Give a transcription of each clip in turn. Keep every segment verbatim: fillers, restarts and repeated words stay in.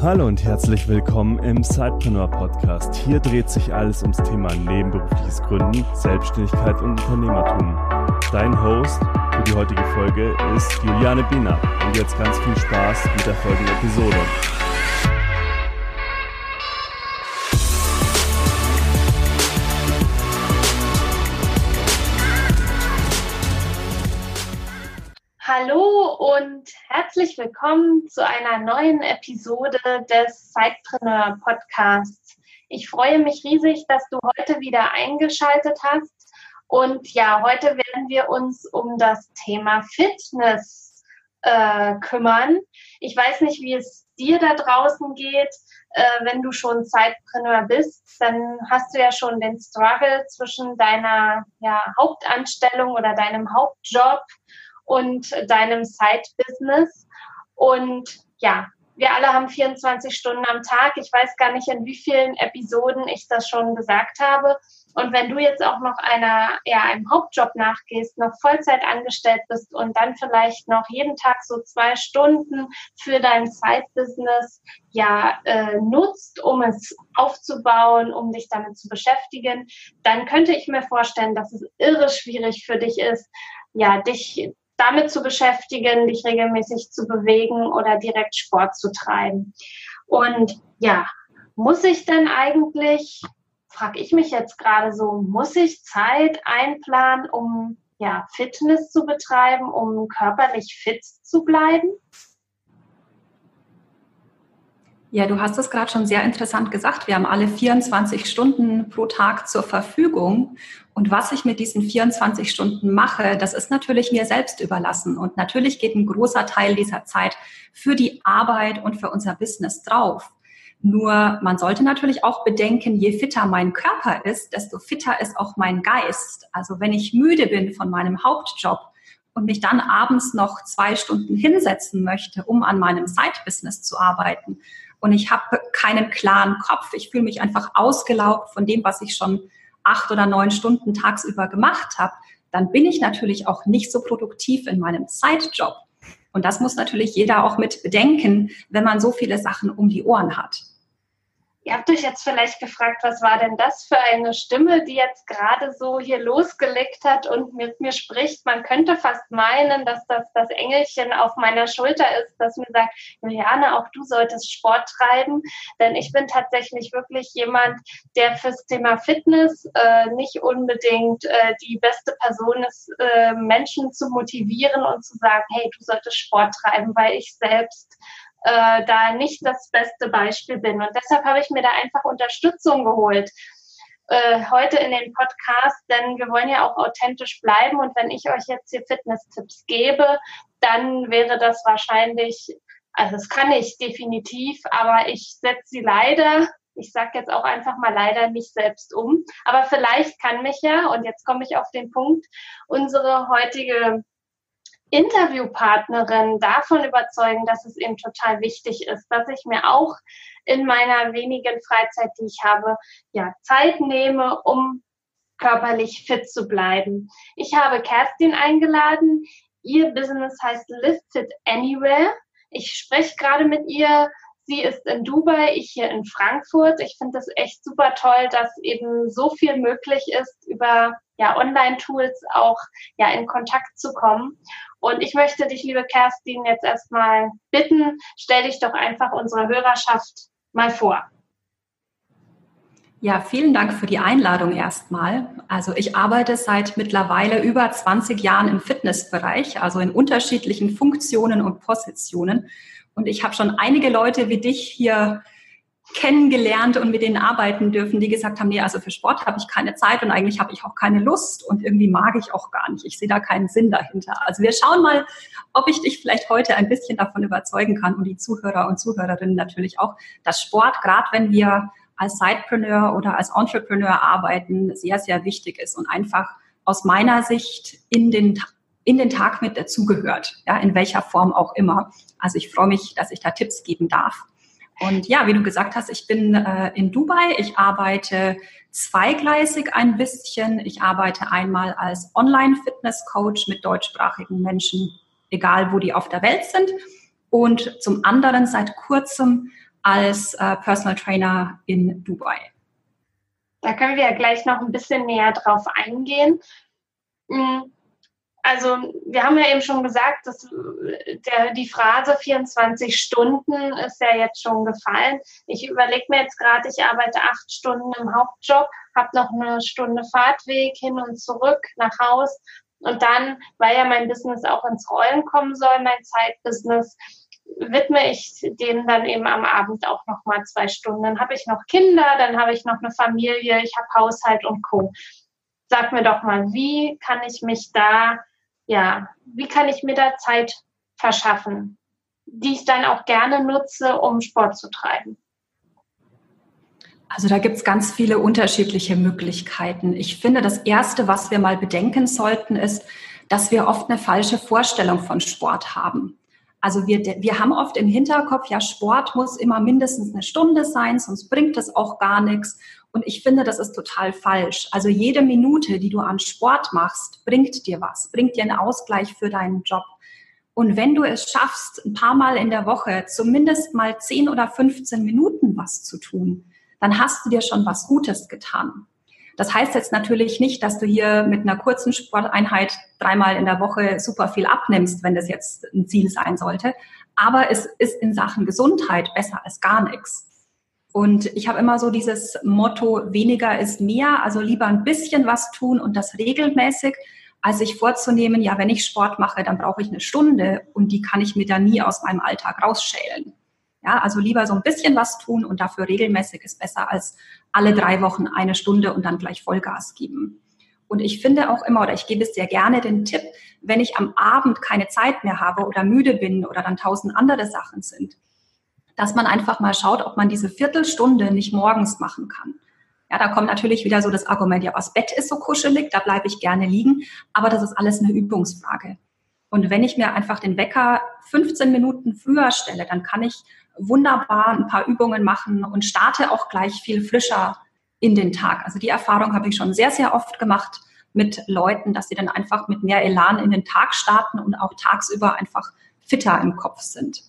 Hallo und herzlich willkommen im Sidepreneur Podcast. Hier dreht sich alles ums Thema nebenberufliches Gründen, Selbstständigkeit und Unternehmertum. Dein Host für die heutige Folge ist Juliane Biener. Und jetzt ganz viel Spaß mit der folgenden Episode. Hallo und herzlich willkommen zu einer neuen Episode des Sidepreneur Podcasts. Ich freue mich riesig, dass du heute wieder eingeschaltet hast. Und ja, heute werden wir uns um das Thema Fitness äh, kümmern. Ich weiß nicht, wie es dir da draußen geht. Äh, wenn du schon Sidepreneur bist, dann hast du ja schon den Struggle zwischen deiner ja, Hauptanstellung oder deinem Hauptjob und deinem Side-Business. Und ja, wir alle haben vierundzwanzig Stunden am Tag. Ich weiß gar nicht, in wie vielen Episoden ich das schon gesagt habe. Und wenn du jetzt auch noch einer, ja, einem Hauptjob nachgehst, noch Vollzeit angestellt bist und dann vielleicht noch jeden Tag so zwei Stunden für dein Side-Business ja, äh, nutzt, um es aufzubauen, um dich damit zu beschäftigen, dann könnte ich mir vorstellen, dass es irre schwierig für dich ist, ja, dich damit zu beschäftigen, dich regelmäßig zu bewegen oder direkt Sport zu treiben. Und ja, muss ich denn eigentlich, frage ich mich jetzt gerade so, muss ich Zeit einplanen, um ja, Fitness zu betreiben, um körperlich fit zu bleiben? Ja, du hast es gerade schon sehr interessant gesagt. Wir haben alle vierundzwanzig Stunden pro Tag zur Verfügung. Und was ich mit diesen vierundzwanzig Stunden mache, das ist natürlich mir selbst überlassen. Und natürlich geht ein großer Teil dieser Zeit für die Arbeit und für unser Business drauf. Nur man sollte natürlich auch bedenken, je fitter mein Körper ist, desto fitter ist auch mein Geist. Also wenn ich müde bin von meinem Hauptjob und mich dann abends noch zwei Stunden hinsetzen möchte, um an meinem Side-Business zu arbeiten, und ich habe keinen klaren Kopf. Ich fühle mich einfach ausgelaugt von dem, was ich schon acht oder neun Stunden tagsüber gemacht habe. Dann bin ich natürlich auch nicht so produktiv in meinem Side-Job. Und das muss natürlich jeder auch mit bedenken, wenn man so viele Sachen um die Ohren hat. Ihr habt euch jetzt vielleicht gefragt, was war denn das für eine Stimme, die jetzt gerade so hier losgelegt hat und mit mir spricht. Man könnte fast meinen, dass das das Engelchen auf meiner Schulter ist, das mir sagt, Juliane, auch du solltest Sport treiben. Denn ich bin tatsächlich wirklich jemand, der fürs Thema Fitness äh, nicht unbedingt äh, die beste Person ist, äh, Menschen zu motivieren und zu sagen, hey, du solltest Sport treiben, weil ich selbst Äh, da nicht das beste Beispiel bin. Und deshalb habe ich mir da einfach Unterstützung geholt äh, heute in den Podcast, denn wir wollen ja auch authentisch bleiben. Und wenn ich euch jetzt hier Fitness-Tipps gebe, dann wäre das wahrscheinlich, also das kann ich definitiv, aber ich setze sie leider, ich sage jetzt auch einfach mal leider nicht selbst um. Aber vielleicht kann mich ja, und jetzt komme ich auf den Punkt, unsere heutige Interviewpartnerin davon überzeugen, dass es eben total wichtig ist, dass ich mir auch in meiner wenigen Freizeit, die ich habe, ja, Zeit nehme, um körperlich fit zu bleiben. Ich habe Kerstin eingeladen. Ihr Business heißt Live Fit Anywhere. Ich spreche gerade mit ihr. Sie ist in Dubai, ich hier in Frankfurt. Ich finde das echt super toll, dass eben so viel möglich ist, über ja, Online-Tools auch ja, in Kontakt zu kommen. Und ich möchte dich, liebe Kerstin, jetzt erstmal bitten, stell dich doch einfach unserer Hörerschaft mal vor. Ja, vielen Dank für die Einladung erstmal. Also ich arbeite seit mittlerweile über zwanzig Jahren im Fitnessbereich, also in unterschiedlichen Funktionen und Positionen. Und ich habe schon einige Leute wie dich hier kennengelernt und mit denen arbeiten dürfen, die gesagt haben, nee, also für Sport habe ich keine Zeit und eigentlich habe ich auch keine Lust und irgendwie mag ich auch gar nicht. Ich sehe da keinen Sinn dahinter. Also wir schauen mal, ob ich dich vielleicht heute ein bisschen davon überzeugen kann und die Zuhörer und Zuhörerinnen natürlich auch, dass Sport, gerade wenn wir als Sidepreneur oder als Entrepreneur arbeiten, sehr, sehr wichtig ist und einfach aus meiner Sicht in den in den Tag mit dazugehört, ja, in welcher Form auch immer. Also ich freue mich, dass ich da Tipps geben darf. Und ja, wie du gesagt hast, ich bin äh, in Dubai. Ich arbeite zweigleisig ein bisschen. Ich arbeite einmal als Online-Fitness-Coach mit deutschsprachigen Menschen, egal wo die auf der Welt sind. Und zum anderen seit kurzem als äh, Personal Trainer in Dubai. Da können wir ja gleich noch ein bisschen näher drauf eingehen. Also wir haben ja eben schon gesagt, dass der, die Phrase vierundzwanzig Stunden ist ja jetzt schon gefallen. Ich überlege mir jetzt gerade, ich arbeite acht Stunden im Hauptjob, habe noch eine Stunde Fahrtweg hin und zurück nach Haus. Und dann, weil ja mein Business auch ins Rollen kommen soll, mein Zeitbusiness, widme ich dem dann eben am Abend auch noch mal zwei Stunden. Dann habe ich noch Kinder, dann habe ich noch eine Familie, ich habe Haushalt und Co. Sag mir doch mal, wie kann ich mich da, ja, wie kann ich mir da Zeit verschaffen, die ich dann auch gerne nutze, um Sport zu treiben? Also da gibt es ganz viele unterschiedliche Möglichkeiten. Ich finde, das Erste, was wir mal bedenken sollten, ist, dass wir oft eine falsche Vorstellung von Sport haben. Also wir, wir haben oft im Hinterkopf, ja, Sport muss immer mindestens eine Stunde sein, sonst bringt es auch gar nichts. Und ich finde, das ist total falsch. Also jede Minute, die du an Sport machst, bringt dir was, bringt dir einen Ausgleich für deinen Job. Und wenn du es schaffst, ein paar Mal in der Woche zumindest mal zehn oder fünfzehn Minuten was zu tun, dann hast du dir schon was Gutes getan. Das heißt jetzt natürlich nicht, dass du hier mit einer kurzen Sporteinheit dreimal in der Woche super viel abnimmst, wenn das jetzt ein Ziel sein sollte. Aber es ist in Sachen Gesundheit besser als gar nichts. Und ich habe immer so dieses Motto, weniger ist mehr, also lieber ein bisschen was tun und das regelmäßig, als sich vorzunehmen, ja, wenn ich Sport mache, dann brauche ich eine Stunde und die kann ich mir dann nie aus meinem Alltag rausschälen. Ja, also lieber so ein bisschen was tun und dafür regelmäßig ist besser als alle drei Wochen eine Stunde und dann gleich Vollgas geben. Und ich finde auch immer, oder ich gebe es sehr gerne den Tipp, wenn ich am Abend keine Zeit mehr habe oder müde bin oder dann tausend andere Sachen sind, dass man einfach mal schaut, ob man diese Viertelstunde nicht morgens machen kann. Ja, da kommt natürlich wieder so das Argument, ja, das Bett ist so kuschelig, da bleibe ich gerne liegen, aber das ist alles eine Übungsfrage. Und wenn ich mir einfach den Wecker fünfzehn Minuten früher stelle, dann kann ich wunderbar ein paar Übungen machen und starte auch gleich viel frischer in den Tag. Also die Erfahrung habe ich schon sehr, sehr oft gemacht mit Leuten, dass sie dann einfach mit mehr Elan in den Tag starten und auch tagsüber einfach fitter im Kopf sind.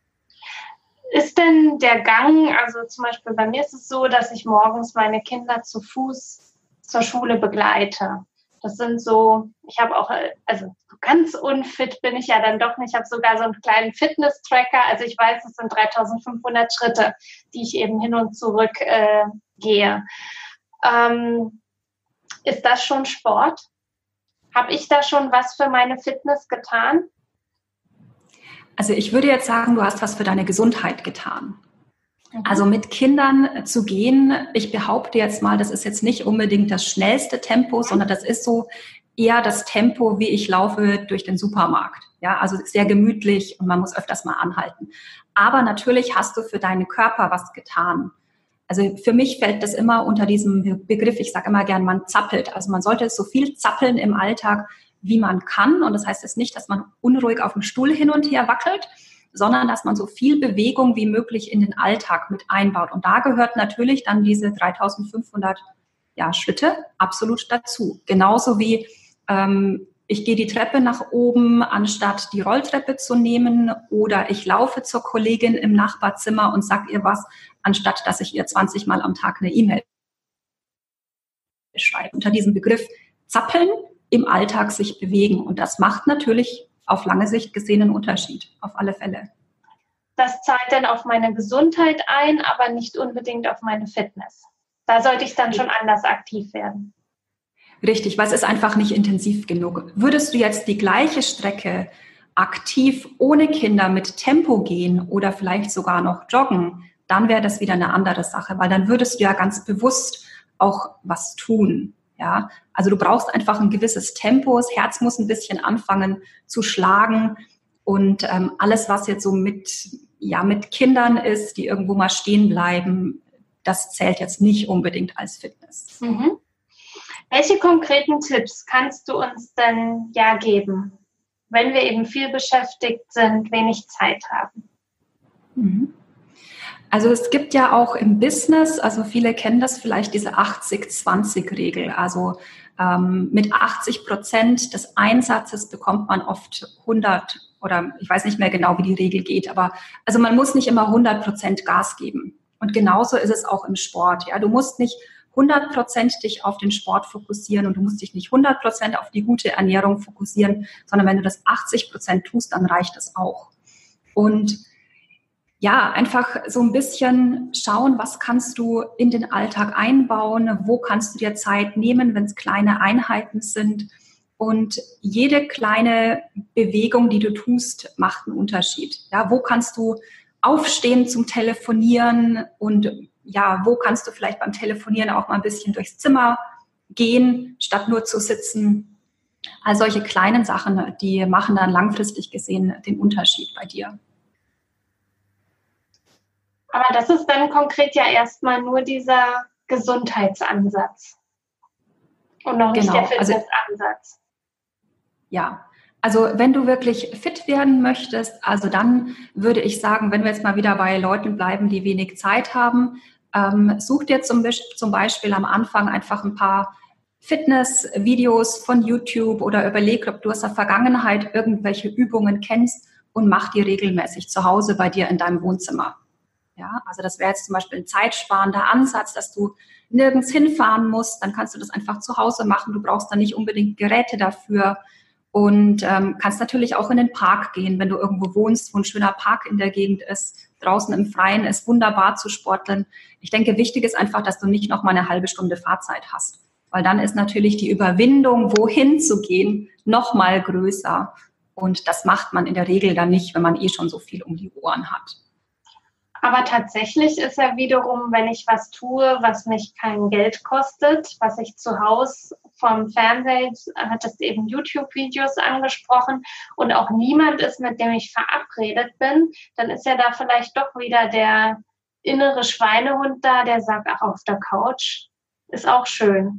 Ist denn der Gang, also zum Beispiel bei mir ist es so, dass ich morgens meine Kinder zu Fuß zur Schule begleite. Das sind so, ich habe auch, also ganz unfit bin ich ja dann doch nicht. Ich habe sogar so einen kleinen Fitness-Tracker. Also ich weiß, es sind dreitausendfünfhundert Schritte, die ich eben hin und zurück äh, gehe. Ähm, ist das schon Sport? Habe ich da schon was für meine Fitness getan? Also ich würde jetzt sagen, du hast was für deine Gesundheit getan. Also mit Kindern zu gehen, ich behaupte jetzt mal, das ist jetzt nicht unbedingt das schnellste Tempo, sondern das ist so eher das Tempo, wie ich laufe durch den Supermarkt. Ja, also sehr gemütlich und man muss öfters mal anhalten. Aber natürlich hast du für deinen Körper was getan. Also für mich fällt das immer unter diesem Begriff, ich sage immer gern, man zappelt. Also man sollte so viel zappeln im Alltag, wie man kann. Und das heißt jetzt nicht, dass man unruhig auf dem Stuhl hin und her wackelt, sondern dass man so viel Bewegung wie möglich in den Alltag mit einbaut. Und da gehört natürlich dann diese dreitausendfünfhundert ja, Schritte absolut dazu. Genauso wie ähm, ich gehe die Treppe nach oben, anstatt die Rolltreppe zu nehmen, oder ich laufe zur Kollegin im Nachbarzimmer und sage ihr was, anstatt dass ich ihr zwanzig Mal am Tag eine E-Mail schreibe. Unter diesem Begriff zappeln, im Alltag sich bewegen. Und das macht natürlich auf lange Sicht gesehen einen Unterschied, auf alle Fälle. Das zahlt dann auf meine Gesundheit ein, aber nicht unbedingt auf meine Fitness. Da sollte ich dann schon anders aktiv werden. Richtig, weil es ist einfach nicht intensiv genug. Würdest du jetzt die gleiche Strecke aktiv ohne Kinder mit Tempo gehen oder vielleicht sogar noch joggen, dann wäre das wieder eine andere Sache, weil dann würdest du ja ganz bewusst auch was tun. Ja, also du brauchst einfach ein gewisses Tempo, das Herz muss ein bisschen anfangen zu schlagen und ähm, alles, was jetzt so mit, ja, mit Kindern ist, die irgendwo mal stehen bleiben, das zählt jetzt nicht unbedingt als Fitness. Mhm. Welche konkreten Tipps kannst du uns denn ja geben, wenn wir eben viel beschäftigt sind, wenig Zeit haben? Mhm. Also es gibt ja auch im Business, also viele kennen das vielleicht, diese achtzig zwanzig Regel. Also ähm, mit achtzig Prozent des Einsatzes bekommt man oft hundert oder ich weiß nicht mehr genau, wie die Regel geht, aber also man muss nicht immer hundert Prozent Gas geben. Und genauso ist es auch im Sport. Ja, du musst nicht hundert Prozent dich auf den Sport fokussieren und du musst dich nicht hundert Prozent auf die gute Ernährung fokussieren, sondern wenn du das achtzig Prozent tust, dann reicht es auch. Und ja, einfach so ein bisschen schauen, was kannst du in den Alltag einbauen, wo kannst du dir Zeit nehmen, wenn es kleine Einheiten sind. Und jede kleine Bewegung, die du tust, macht einen Unterschied. Ja, wo kannst du aufstehen zum Telefonieren und ja, wo kannst du vielleicht beim Telefonieren auch mal ein bisschen durchs Zimmer gehen, statt nur zu sitzen. All solche kleinen Sachen, die machen dann langfristig gesehen den Unterschied bei dir. Aber das ist dann konkret ja erstmal nur dieser Gesundheitsansatz und noch nicht genau, der Fitnessansatz. Also, ja, also wenn du wirklich fit werden möchtest, also dann würde ich sagen, wenn wir jetzt mal wieder bei Leuten bleiben, die wenig Zeit haben, ähm, such dir zum, zum Beispiel am Anfang einfach ein paar Fitnessvideos von YouTube oder überleg, ob du aus der Vergangenheit irgendwelche Übungen kennst und mach die regelmäßig zu Hause bei dir in deinem Wohnzimmer. Ja, also das wäre jetzt zum Beispiel ein zeitsparender Ansatz, dass du nirgends hinfahren musst, dann kannst du das einfach zu Hause machen, du brauchst dann nicht unbedingt Geräte dafür und ähm, kannst natürlich auch in den Park gehen, wenn du irgendwo wohnst, wo ein schöner Park in der Gegend ist, draußen im Freien ist wunderbar zu sporteln. Ich denke, wichtig ist einfach, dass du nicht noch mal eine halbe Stunde Fahrzeit hast, weil dann ist natürlich die Überwindung, wohin zu gehen, noch mal größer und das macht man in der Regel dann nicht, wenn man eh schon so viel um die Ohren hat. Aber tatsächlich ist ja wiederum, wenn ich was tue, was mich kein Geld kostet, was ich zu Hause vom Fernseher, hat es eben YouTube-Videos angesprochen und auch niemand ist, mit dem ich verabredet bin, dann ist ja da vielleicht doch wieder der innere Schweinehund da, der sagt, ach, auf der Couch ist auch schön.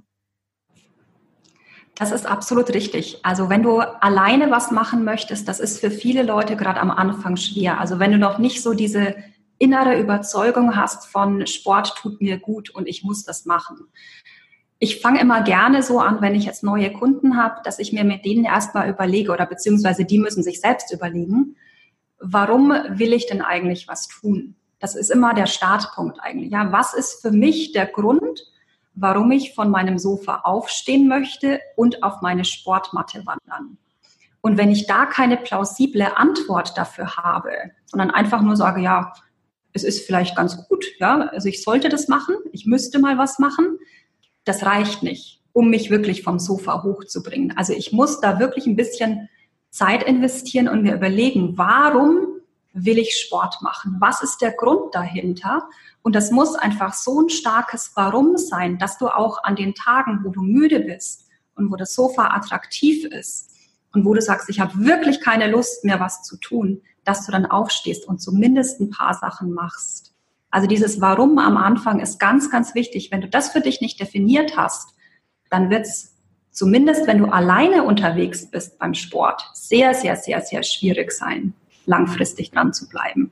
Das ist absolut richtig. Also wenn du alleine was machen möchtest, das ist für viele Leute gerade am Anfang schwer. Also wenn du noch nicht so diese innere Überzeugung hast von Sport tut mir gut und ich muss das machen. Ich fange immer gerne so an, wenn ich jetzt neue Kunden habe, dass ich mir mit denen erstmal überlege oder beziehungsweise die müssen sich selbst überlegen, warum will ich denn eigentlich was tun? Das ist immer der Startpunkt eigentlich. Ja, was ist für mich der Grund, warum ich von meinem Sofa aufstehen möchte und auf meine Sportmatte wandern? Und wenn ich da keine plausible Antwort dafür habe, sondern einfach nur sage, ja, es ist vielleicht ganz gut, ja, also ich sollte das machen, ich müsste mal was machen, das reicht nicht, um mich wirklich vom Sofa hochzubringen. Also ich muss da wirklich ein bisschen Zeit investieren und mir überlegen, warum will ich Sport machen? Was ist der Grund dahinter? Und das muss einfach so ein starkes Warum sein, dass du auch an den Tagen, wo du müde bist und wo das Sofa attraktiv ist und wo du sagst, ich habe wirklich keine Lust mehr, was zu tun, dass du dann aufstehst und zumindest ein paar Sachen machst. Also dieses Warum am Anfang ist ganz, ganz wichtig. Wenn du das für dich nicht definiert hast, dann wird es zumindest, wenn du alleine unterwegs bist beim Sport, sehr, sehr, sehr, sehr schwierig sein, langfristig dran zu bleiben.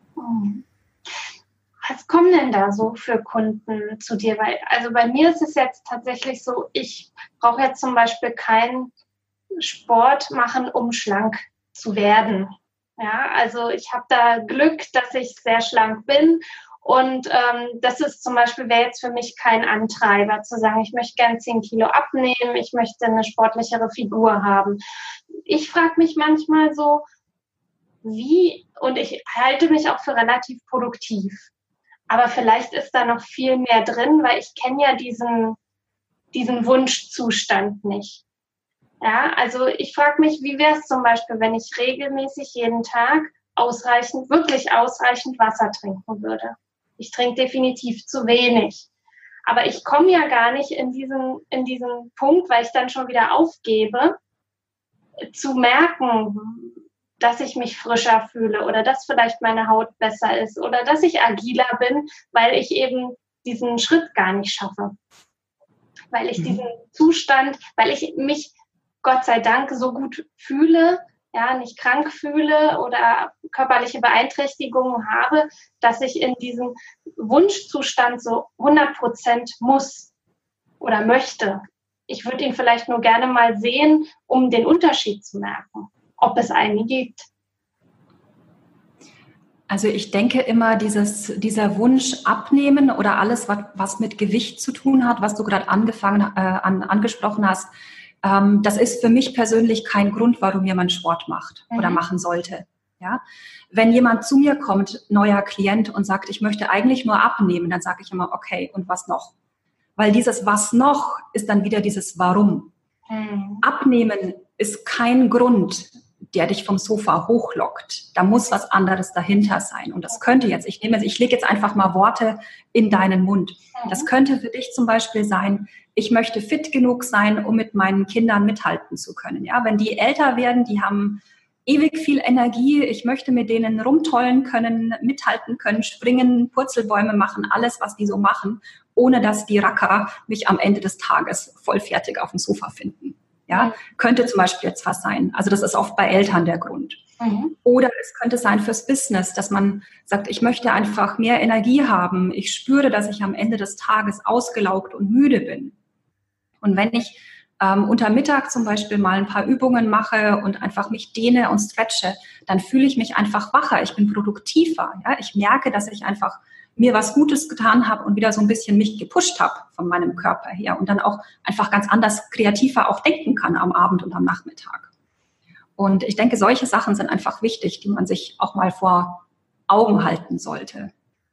Was kommen denn da so für Kunden zu dir? Weil, also bei mir ist es jetzt tatsächlich so, ich brauche jetzt zum Beispiel keinen Sport machen, um schlank zu werden. Ja, also ich habe da Glück, dass ich sehr schlank bin und ähm, das ist zum Beispiel, wäre jetzt für mich kein Antreiber zu sagen, ich möchte gern zehn Kilo abnehmen, ich möchte eine sportlichere Figur haben. Ich frage mich manchmal so, wie, und ich halte mich auch für relativ produktiv, aber vielleicht ist da noch viel mehr drin, weil ich kenne ja diesen, diesen Wunschzustand nicht. Ja, also ich frage mich, wie wäre es zum Beispiel, wenn ich regelmäßig jeden Tag ausreichend, wirklich ausreichend Wasser trinken würde. Ich trinke definitiv zu wenig. Aber ich komme ja gar nicht in diesen, in diesen Punkt, weil ich dann schon wieder aufgebe, zu merken, dass ich mich frischer fühle oder dass vielleicht meine Haut besser ist oder dass ich agiler bin, weil ich eben diesen Schritt gar nicht schaffe. Weil ich mhm. diesen Zustand, weil ich mich Gott sei Dank so gut fühle, ja, nicht krank fühle oder körperliche Beeinträchtigungen habe, dass ich in diesem Wunschzustand so hundert Prozent muss oder möchte. Ich würde ihn vielleicht nur gerne mal sehen, um den Unterschied zu merken, ob es einen gibt. Also ich denke immer, dieses, dieser Wunsch abnehmen oder alles, was, was mit Gewicht zu tun hat, was du gerade angefangen, äh, an, angesprochen hast, ähm, das ist für mich persönlich kein Grund, warum jemand Sport macht mhm. oder machen sollte. Ja? Wenn jemand zu mir kommt, neuer Klient, und sagt, ich möchte eigentlich nur abnehmen, dann sage ich immer, okay, und was noch? Weil dieses was noch ist dann wieder dieses Warum. Mhm. Abnehmen ist kein Grund, der dich vom Sofa hochlockt. Da muss was anderes dahinter sein. Und das könnte jetzt, ich nehme, ich lege jetzt einfach mal Worte in deinen Mund. Das könnte für dich zum Beispiel sein, ich möchte fit genug sein, um mit meinen Kindern mithalten zu können. Ja, wenn die älter werden, die haben ewig viel Energie. Ich möchte mit denen rumtollen können, mithalten können, springen, Purzelbäume machen, alles, was die so machen, ohne dass die Racker mich am Ende des Tages voll fertig auf dem Sofa finden. Ja, könnte zum Beispiel jetzt was sein. Also das ist oft bei Eltern der Grund. Mhm. Oder es könnte sein fürs Business, dass man sagt, ich möchte einfach mehr Energie haben. Ich spüre, dass ich am Ende des Tages ausgelaugt und müde bin. Und wenn ich ähm, unter Mittag zum Beispiel mal ein paar Übungen mache und einfach mich dehne und stretche, dann fühle ich mich einfach wacher. Ich bin produktiver. Ja? Ich merke, dass ich einfach mir was Gutes getan habe und wieder so ein bisschen mich gepusht habe von meinem Körper her und dann auch einfach ganz anders kreativer auch denken kann am Abend und am Nachmittag. Und ich denke, solche Sachen sind einfach wichtig, die man sich auch mal vor Augen halten sollte.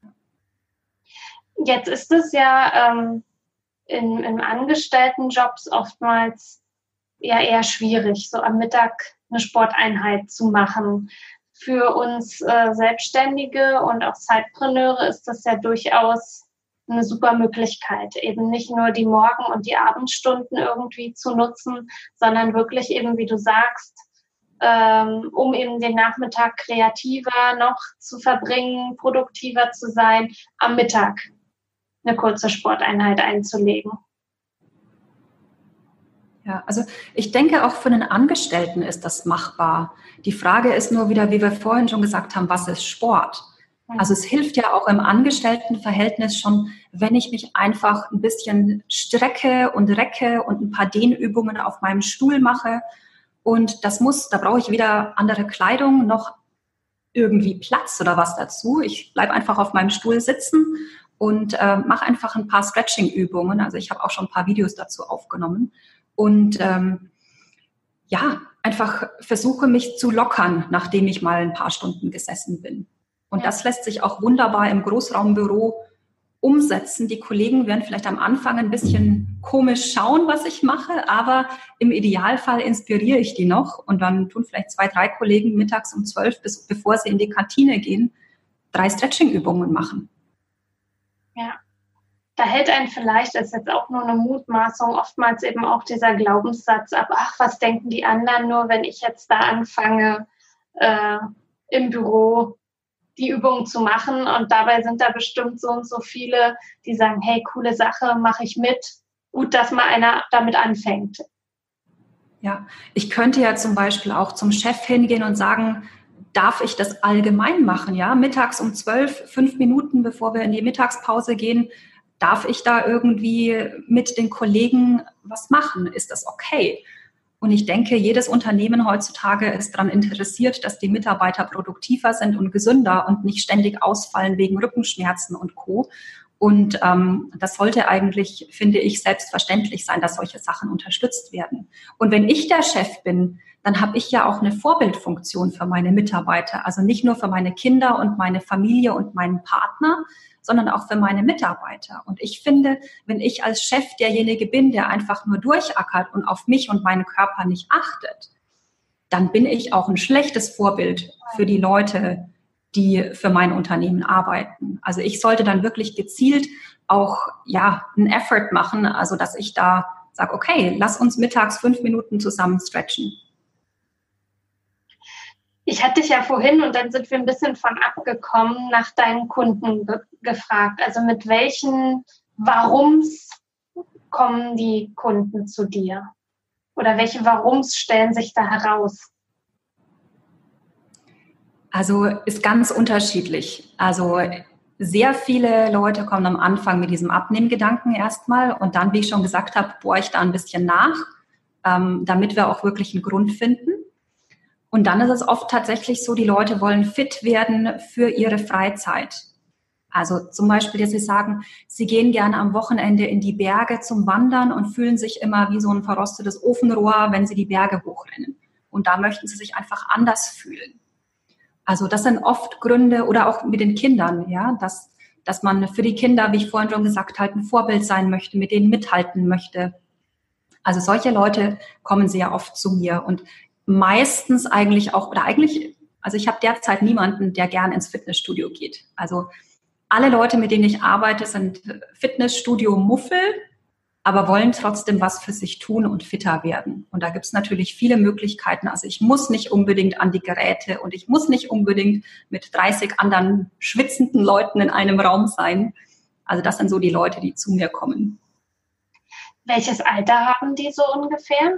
Jetzt ist es ja ähm, in, in Angestelltenjobs oftmals ja eher schwierig, so am Mittag eine Sporteinheit zu machen. Für uns äh, Selbstständige und auch Zeitpreneure ist das ja durchaus eine super Möglichkeit, eben nicht nur die Morgen- und die Abendstunden irgendwie zu nutzen, sondern wirklich eben, wie du sagst, ähm, um eben den Nachmittag kreativer noch zu verbringen, produktiver zu sein, am Mittag eine kurze Sporteinheit einzulegen. Ja, also ich denke, auch für einen Angestellten ist das machbar. Die Frage ist nur wieder, wie wir vorhin schon gesagt haben, was ist Sport? Also es hilft ja auch im Angestelltenverhältnis schon, wenn ich mich einfach ein bisschen strecke und recke und ein paar Dehnübungen auf meinem Stuhl mache. Und das muss, da brauche ich weder andere Kleidung noch irgendwie Platz oder was dazu. Ich bleibe einfach auf meinem Stuhl sitzen und äh, mache einfach ein paar Stretching-Übungen. Also ich habe auch schon ein paar Videos dazu aufgenommen. Und ähm, ja, einfach versuche mich zu lockern, nachdem ich mal ein paar Stunden gesessen bin. Und ja. Das lässt sich auch wunderbar im Großraumbüro umsetzen. Die Kollegen werden vielleicht am Anfang ein bisschen komisch schauen, was ich mache, aber im Idealfall inspiriere ich die noch. Und dann tun vielleicht zwei, drei Kollegen mittags um zwölf, bis, bevor sie in die Kantine gehen, drei Stretching-Übungen machen. Ja. Da hält einen vielleicht, das ist jetzt auch nur eine Mutmaßung, oftmals eben auch dieser Glaubenssatz ab, ach, was denken die anderen nur, wenn ich jetzt da anfange, äh, im Büro die Übungen zu machen, und dabei sind da bestimmt so und so viele, die sagen, hey, coole Sache, mache ich mit, gut, dass mal einer damit anfängt. Ja, ich könnte ja zum Beispiel auch zum Chef hingehen und sagen, darf ich das allgemein machen, ja, mittags um zwölf, fünf Minuten, bevor wir in die Mittagspause gehen, darf ich da irgendwie mit den Kollegen was machen? Ist das okay? Und ich denke, jedes Unternehmen heutzutage ist daran interessiert, dass die Mitarbeiter produktiver sind und gesünder und nicht ständig ausfallen wegen Rückenschmerzen und Co. Und ähm, das sollte eigentlich, finde ich, selbstverständlich sein, dass solche Sachen unterstützt werden. Und wenn ich der Chef bin, dann habe ich ja auch eine Vorbildfunktion für meine Mitarbeiter. Also nicht nur für meine Kinder und meine Familie und meinen Partner, sondern auch für meine Mitarbeiter. Und ich finde, wenn ich als Chef derjenige bin, der einfach nur durchackert und auf mich und meinen Körper nicht achtet, dann bin ich auch ein schlechtes Vorbild für die Leute, die für mein Unternehmen arbeiten. Also ich sollte dann wirklich gezielt auch ja einen Effort machen, also dass ich da sage, okay, lass uns mittags fünf Minuten zusammen stretchen. Ich hatte dich ja vorhin, und dann sind wir ein bisschen von abgekommen, nach deinen Kunden ge- gefragt. Also mit welchen Warums kommen die Kunden zu dir? Oder welche Warums stellen sich da heraus? Also ist ganz unterschiedlich. Also sehr viele Leute kommen am Anfang mit diesem Abnehmgedanken erstmal und dann, wie ich schon gesagt habe, bohre ich da ein bisschen nach, ähm, damit wir auch wirklich einen Grund finden. Und dann ist es oft tatsächlich so, die Leute wollen fit werden für ihre Freizeit. Also zum Beispiel, dass sie sagen, sie gehen gerne am Wochenende in die Berge zum Wandern und fühlen sich immer wie so ein verrostetes Ofenrohr, wenn sie die Berge hochrennen. Und da möchten sie sich einfach anders fühlen. Also das sind oft Gründe, oder auch mit den Kindern, ja, dass, dass man für die Kinder, wie ich vorhin schon gesagt habe, ein Vorbild sein möchte, mit denen mithalten möchte. Also solche Leute kommen sehr oft zu mir und meistens eigentlich auch, oder eigentlich, also ich habe derzeit niemanden, der gern ins Fitnessstudio geht. Also alle Leute, mit denen ich arbeite, sind Fitnessstudio-Muffel, aber wollen trotzdem was für sich tun und fitter werden. Und da gibt es natürlich viele Möglichkeiten. Also ich muss nicht unbedingt an die Geräte und ich muss nicht unbedingt mit dreißig anderen schwitzenden Leuten in einem Raum sein. Also das sind so die Leute, die zu mir kommen. Welches Alter haben die so ungefähr?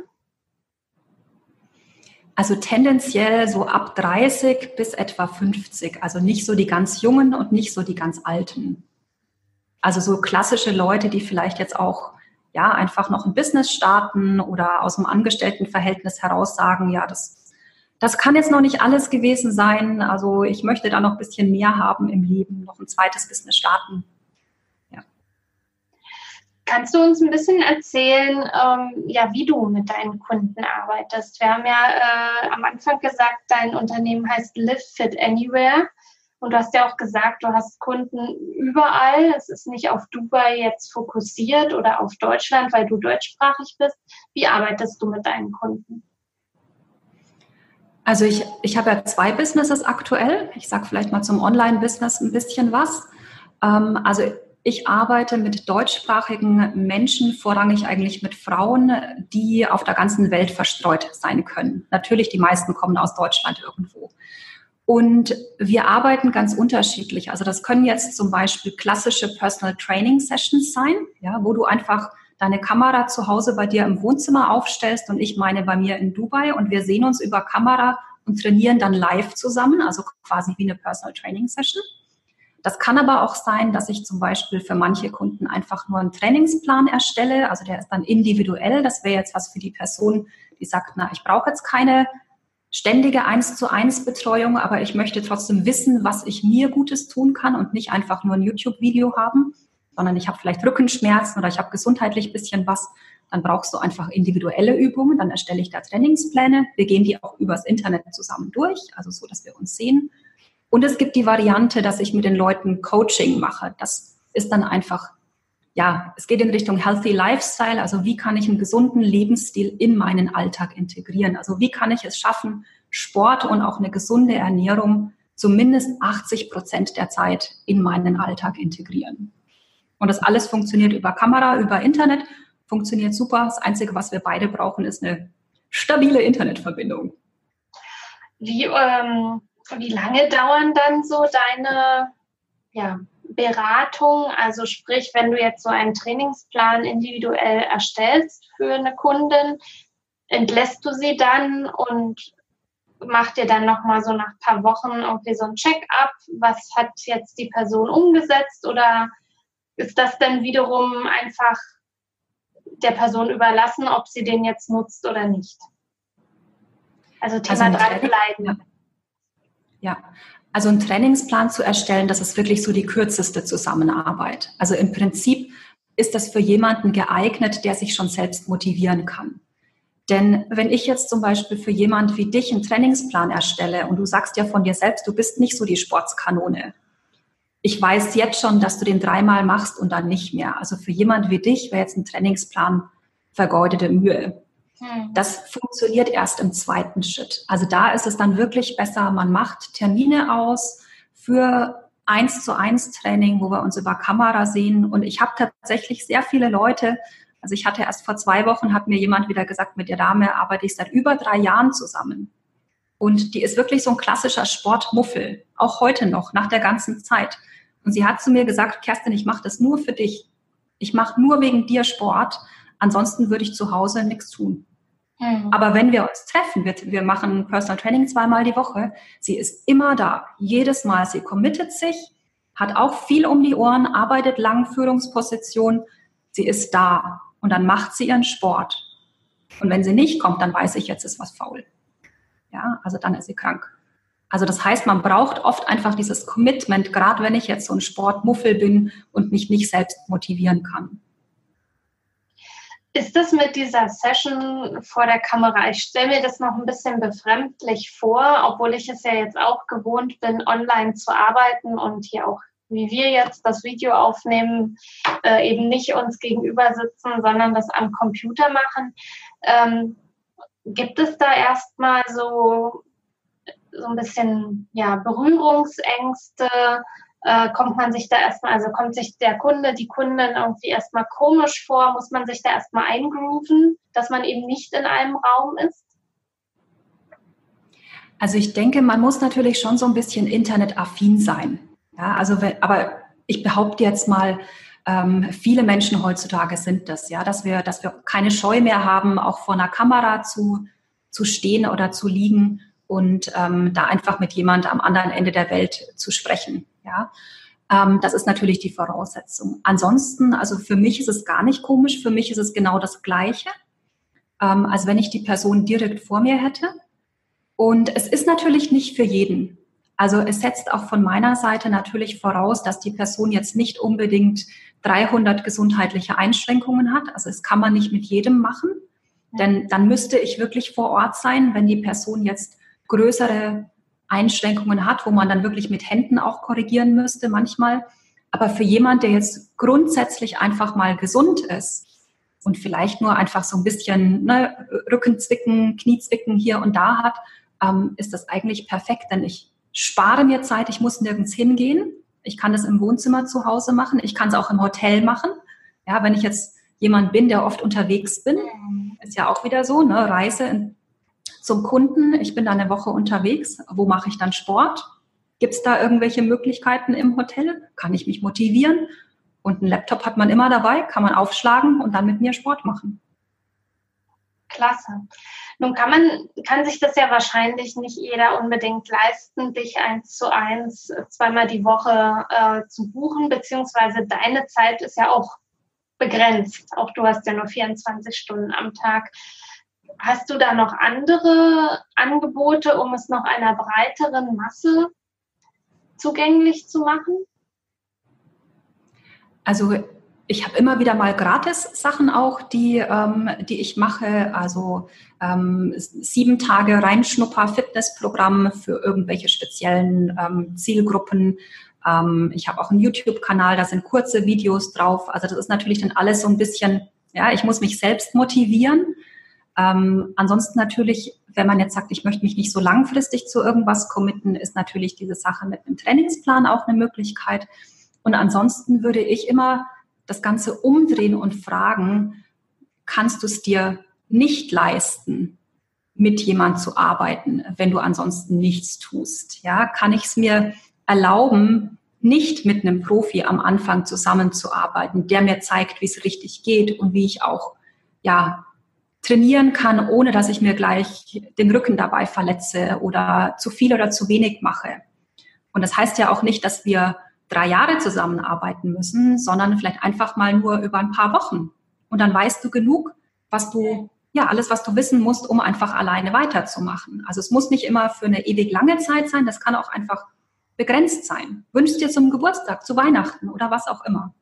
Also tendenziell so ab dreißig bis etwa fünfzig. Also nicht so die ganz Jungen und nicht so die ganz Alten. Also so klassische Leute, die vielleicht jetzt auch ja einfach noch ein Business starten oder aus dem Angestelltenverhältnis heraus sagen, ja, das, das kann jetzt noch nicht alles gewesen sein. Also ich möchte da noch ein bisschen mehr haben im Leben, noch ein zweites Business starten. Kannst du uns ein bisschen erzählen, ähm, ja, wie du mit deinen Kunden arbeitest? Wir haben ja äh, am Anfang gesagt, dein Unternehmen heißt Live Fit Anywhere. Und du hast ja auch gesagt, du hast Kunden überall. Es ist nicht auf Dubai jetzt fokussiert oder auf Deutschland, weil du deutschsprachig bist. Wie arbeitest du mit deinen Kunden? Also ich, ich habe ja zwei Businesses aktuell. Ich sage vielleicht mal zum Online-Business ein bisschen was. Ähm, also ich arbeite mit deutschsprachigen Menschen, vorrangig eigentlich mit Frauen, die auf der ganzen Welt verstreut sein können. Natürlich, die meisten kommen aus Deutschland irgendwo. Und wir arbeiten ganz unterschiedlich. Also das können jetzt zum Beispiel klassische Personal Training Sessions sein, ja, wo du einfach deine Kamera zu Hause bei dir im Wohnzimmer aufstellst und ich meine bei mir in Dubai und wir sehen uns über Kamera und trainieren dann live zusammen, also quasi wie eine Personal Training Session. Das kann aber auch sein, dass ich zum Beispiel für manche Kunden einfach nur einen Trainingsplan erstelle. Also der ist dann individuell. Das wäre jetzt was für die Person, die sagt, na, ich brauche jetzt keine ständige eins zu eins Betreuung, aber ich möchte trotzdem wissen, was ich mir Gutes tun kann und nicht einfach nur ein YouTube-Video haben, sondern ich habe vielleicht Rückenschmerzen oder ich habe gesundheitlich ein bisschen was. Dann brauchst du einfach individuelle Übungen. Dann erstelle ich da Trainingspläne. Wir gehen die auch übers Internet zusammen durch, also so, dass wir uns sehen. Und es gibt die Variante, dass ich mit den Leuten Coaching mache. Das ist dann einfach, ja, es geht in Richtung Healthy Lifestyle. Also wie kann ich einen gesunden Lebensstil in meinen Alltag integrieren? Also wie kann ich es schaffen, Sport und auch eine gesunde Ernährung zumindest achtzig Prozent der Zeit in meinen Alltag integrieren? Und das alles funktioniert über Kamera, über Internet, funktioniert super. Das Einzige, was wir beide brauchen, ist eine stabile Internetverbindung. Wie, ähm Wie lange dauern dann so deine ja, Beratung? Also sprich, wenn du jetzt so einen Trainingsplan individuell erstellst für eine Kundin, entlässt du sie dann und machst dir dann nochmal so nach ein paar Wochen irgendwie so ein Check-up? Was hat jetzt die Person umgesetzt? Oder ist das dann wiederum einfach der Person überlassen, ob sie den jetzt nutzt oder nicht? Also Thema also dranbleiben. Ja. Ja, also einen Trainingsplan zu erstellen, das ist wirklich so die kürzeste Zusammenarbeit. Also im Prinzip ist das für jemanden geeignet, der sich schon selbst motivieren kann. Denn wenn ich jetzt zum Beispiel für jemand wie dich einen Trainingsplan erstelle und du sagst ja von dir selbst, du bist nicht so die Sportskanone. Ich weiß jetzt schon, dass du den dreimal machst und dann nicht mehr. Also für jemand wie dich wäre jetzt ein Trainingsplan vergeudete Mühe. Das funktioniert erst im zweiten Schritt. Also da ist es dann wirklich besser, man macht Termine aus für eins zu eins Training, wo wir uns über Kamera sehen. Und ich habe tatsächlich sehr viele Leute, also ich hatte erst vor zwei Wochen, hat mir jemand wieder gesagt, mit der Dame arbeite ich seit über drei Jahren zusammen. Und die ist wirklich so ein klassischer Sportmuffel, auch heute noch, nach der ganzen Zeit. Und sie hat zu mir gesagt, Kerstin, ich mache das nur für dich. Ich mache nur wegen dir Sport. Ansonsten würde ich zu Hause nichts tun. Mhm. Aber wenn wir uns treffen, wir, wir machen Personal Training zweimal die Woche, sie ist immer da, jedes Mal. Sie committet sich, hat auch viel um die Ohren, arbeitet lang, Führungsposition. Sie ist da und dann macht sie ihren Sport. Und wenn sie nicht kommt, dann weiß ich, jetzt ist was faul. ja, also dann ist sie krank. Also das heißt, man braucht oft einfach dieses Commitment, gerade wenn ich jetzt so ein Sportmuffel bin und mich nicht selbst motivieren kann. Ist das mit dieser Session vor der Kamera? Ich stelle mir das noch ein bisschen befremdlich vor, obwohl ich es ja jetzt auch gewohnt bin, online zu arbeiten und hier auch, wie wir jetzt das Video aufnehmen, äh, eben nicht uns gegenüber sitzen, sondern das am Computer machen. Ähm, gibt es da erstmal so, so ein bisschen ja, Berührungsängste? Äh, kommt man sich da erstmal, also kommt sich der Kunde, die Kundin irgendwie erstmal komisch vor? Muss man sich da erstmal eingrooven, dass man eben nicht in einem Raum ist? Also ich denke, man muss natürlich schon so ein bisschen internetaffin sein. Ja, also, aber ich behaupte jetzt mal, ähm, viele Menschen heutzutage sind das, ja, dass wir, dass wir keine Scheu mehr haben, auch vor einer Kamera zu, zu stehen oder zu liegen und ähm, da einfach mit jemand am anderen Ende der Welt zu sprechen. Ja, ähm, das ist natürlich die Voraussetzung. Ansonsten, also für mich ist es gar nicht komisch, für mich ist es genau das Gleiche, ähm, als wenn ich die Person direkt vor mir hätte. Und es ist natürlich nicht für jeden. Also es setzt auch von meiner Seite natürlich voraus, dass die Person jetzt nicht unbedingt dreihundert gesundheitliche Einschränkungen hat. Also das kann man nicht mit jedem machen, denn dann müsste ich wirklich vor Ort sein, wenn die Person jetzt größere Einschränkungen hat, wo man dann wirklich mit Händen auch korrigieren müsste manchmal. Aber für jemand, der jetzt grundsätzlich einfach mal gesund ist und vielleicht nur einfach so ein bisschen ne, Rückenzwicken, Kniezwicken hier und da hat, ähm, ist das eigentlich perfekt, denn ich spare mir Zeit, ich muss nirgends hingehen. Ich kann das im Wohnzimmer zu Hause machen, ich kann es auch im Hotel machen. Ja, wenn ich jetzt jemand bin, der oft unterwegs bin, ist ja auch wieder so, ne, Reise in zum Kunden, ich bin da eine Woche unterwegs, wo mache ich dann Sport? Gibt es da irgendwelche Möglichkeiten im Hotel? Kann ich mich motivieren? Und einen Laptop hat man immer dabei, kann man aufschlagen und dann mit mir Sport machen. Klasse. Nun kann man, kann sich das ja wahrscheinlich nicht jeder unbedingt leisten, dich eins zu eins zweimal die Woche äh, zu buchen, beziehungsweise deine Zeit ist ja auch begrenzt. Auch du hast ja nur vierundzwanzig Stunden am Tag. Hast du da noch andere Angebote, um es noch einer breiteren Masse zugänglich zu machen? Also ich habe immer wieder mal Gratis-Sachen auch, die, ähm, die ich mache. Also ähm, sieben Tage Reinschnupper-Fitnessprogramm für irgendwelche speziellen ähm, Zielgruppen. Ähm, ich habe auch einen YouTube-Kanal, da sind kurze Videos drauf. Also das ist natürlich dann alles so ein bisschen, ja, ich muss mich selbst motivieren. Ähm, ansonsten natürlich, wenn man jetzt sagt, ich möchte mich nicht so langfristig zu irgendwas committen, ist natürlich diese Sache mit einem Trainingsplan auch eine Möglichkeit. Und ansonsten würde ich immer das Ganze umdrehen und fragen, kannst du es dir nicht leisten, mit jemand zu arbeiten, wenn du ansonsten nichts tust? Ja, kann ich es mir erlauben, nicht mit einem Profi am Anfang zusammenzuarbeiten, der mir zeigt, wie es richtig geht und wie ich auch, ja, trainieren kann, ohne dass ich mir gleich den Rücken dabei verletze oder zu viel oder zu wenig mache. Und das heißt ja auch nicht, dass wir drei Jahre zusammenarbeiten müssen, sondern vielleicht einfach mal nur über ein paar Wochen. Und dann weißt du genug, was du, ja, alles, was du wissen musst, um einfach alleine weiterzumachen. Also es muss nicht immer für eine ewig lange Zeit sein, das kann auch einfach begrenzt sein. Wünschst dir zum Geburtstag, zu Weihnachten oder was auch immer.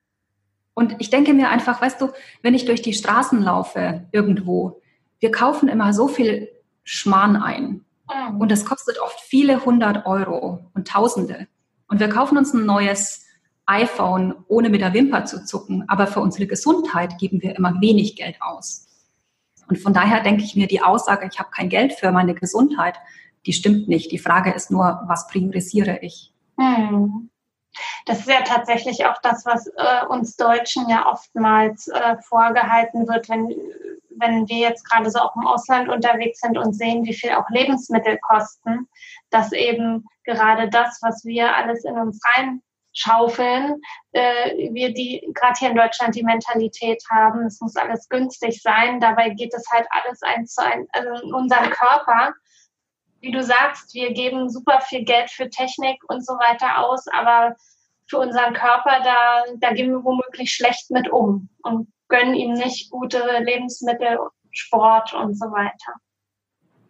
Und ich denke mir einfach, weißt du, wenn ich durch die Straßen laufe irgendwo, wir kaufen immer so viel Schmarrn ein. Und das kostet oft viele hundert Euro und Tausende. Und wir kaufen uns ein neues iPhone, ohne mit der Wimper zu zucken. Aber für unsere Gesundheit geben wir immer wenig Geld aus. Und von daher denke ich mir, die Aussage, ich habe kein Geld für meine Gesundheit, die stimmt nicht. Die Frage ist nur, was priorisiere ich? Hm. Das ist ja tatsächlich auch das, was äh, uns Deutschen ja oftmals äh, vorgehalten wird, wenn, wenn wir jetzt gerade so auch im Ausland unterwegs sind und sehen, wie viel auch Lebensmittel kosten, dass eben gerade das, was wir alles in uns reinschaufeln, äh, wir die gerade hier in Deutschland die Mentalität haben, es muss alles günstig sein, dabei geht es halt alles eins zu eins, also in unseren Körper. Wie du sagst, wir geben super viel Geld für Technik und so weiter aus, aber für unseren Körper, da, da gehen wir womöglich schlecht mit um und gönnen ihm nicht gute Lebensmittel, Sport und so weiter.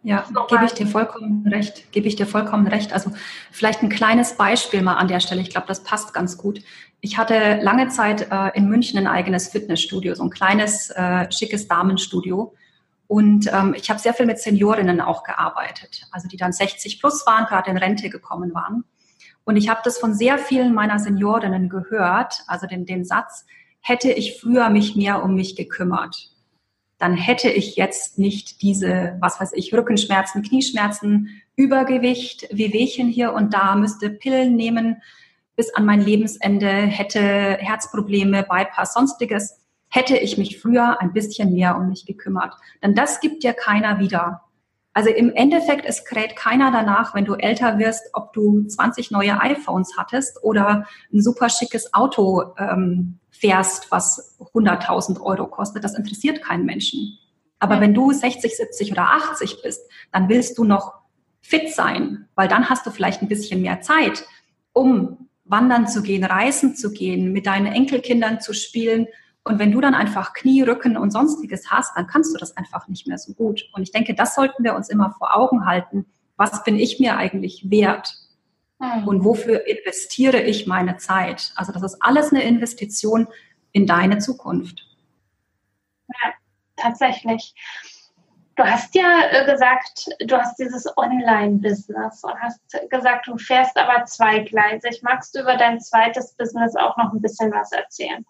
Ja, gebe ich dir vollkommen recht, gebe ich dir vollkommen recht. Also vielleicht ein kleines Beispiel mal an der Stelle. Ich glaube, das passt ganz gut. Ich hatte lange Zeit äh, in München ein eigenes Fitnessstudio, so ein kleines, äh, schickes Damenstudio. Und ähm, ich habe sehr viel mit Seniorinnen auch gearbeitet, also die dann sechzig plus waren, gerade in Rente gekommen waren. Und ich habe das von sehr vielen meiner Seniorinnen gehört, also den, den Satz, hätte ich früher mich mehr um mich gekümmert, dann hätte ich jetzt nicht diese, was weiß ich, Rückenschmerzen, Knieschmerzen, Übergewicht, Wehwehchen hier und da, müsste Pillen nehmen bis an mein Lebensende, hätte Herzprobleme, Bypass, sonstiges, hätte ich mich früher ein bisschen mehr um mich gekümmert. Denn das gibt dir keiner wieder. Also im Endeffekt, es kräht keiner danach, wenn du älter wirst, ob du zwanzig neue iPhones hattest oder ein super schickes Auto ähm, fährst, was hunderttausend Euro kostet. Das interessiert keinen Menschen. Aber ja. Wenn du sechzig, siebzig oder achtzig bist, dann willst du noch fit sein, weil dann hast du vielleicht ein bisschen mehr Zeit, um wandern zu gehen, reisen zu gehen, mit deinen Enkelkindern zu spielen. Und wenn du dann einfach Knie, Rücken und Sonstiges hast, dann kannst du das einfach nicht mehr so gut. Und ich denke, das sollten wir uns immer vor Augen halten. Was bin ich mir eigentlich wert? Mhm. Und wofür investiere ich meine Zeit? Also das ist alles eine Investition in deine Zukunft. Ja, tatsächlich. Du hast ja gesagt, du hast dieses Online-Business und hast gesagt, du fährst aber zweigleisig. Magst du über dein zweites Business auch noch ein bisschen was erzählen?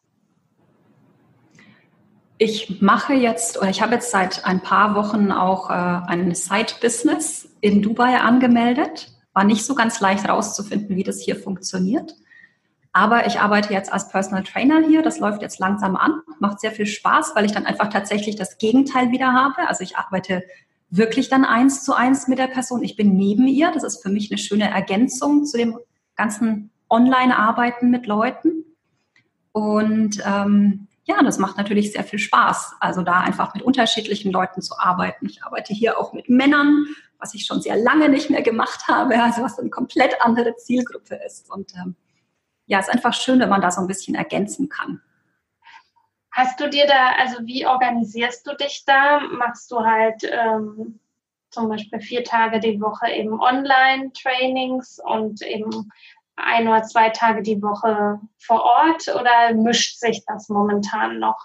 Ich mache jetzt, oder ich habe jetzt seit ein paar Wochen auch äh, ein Side-Business in Dubai angemeldet. War nicht so ganz leicht rauszufinden, wie das hier funktioniert. Aber ich arbeite jetzt als Personal Trainer hier. Das läuft jetzt langsam an. Macht sehr viel Spaß, weil ich dann einfach tatsächlich das Gegenteil wieder habe. Also ich arbeite wirklich dann eins zu eins mit der Person. Ich bin neben ihr. Das ist für mich eine schöne Ergänzung zu dem ganzen Online-Arbeiten mit Leuten. Und ähm, ja, das macht natürlich sehr viel Spaß, also da einfach mit unterschiedlichen Leuten zu arbeiten. Ich arbeite hier auch mit Männern, was ich schon sehr lange nicht mehr gemacht habe, also was eine komplett andere Zielgruppe ist. Und ähm, ja, es ist einfach schön, wenn man da so ein bisschen ergänzen kann. Hast du dir da, also wie organisierst du dich da? Machst du halt ähm, zum Beispiel vier Tage die Woche eben Online-Trainings und eben ein oder zwei Tage die Woche vor Ort oder mischt sich das momentan noch?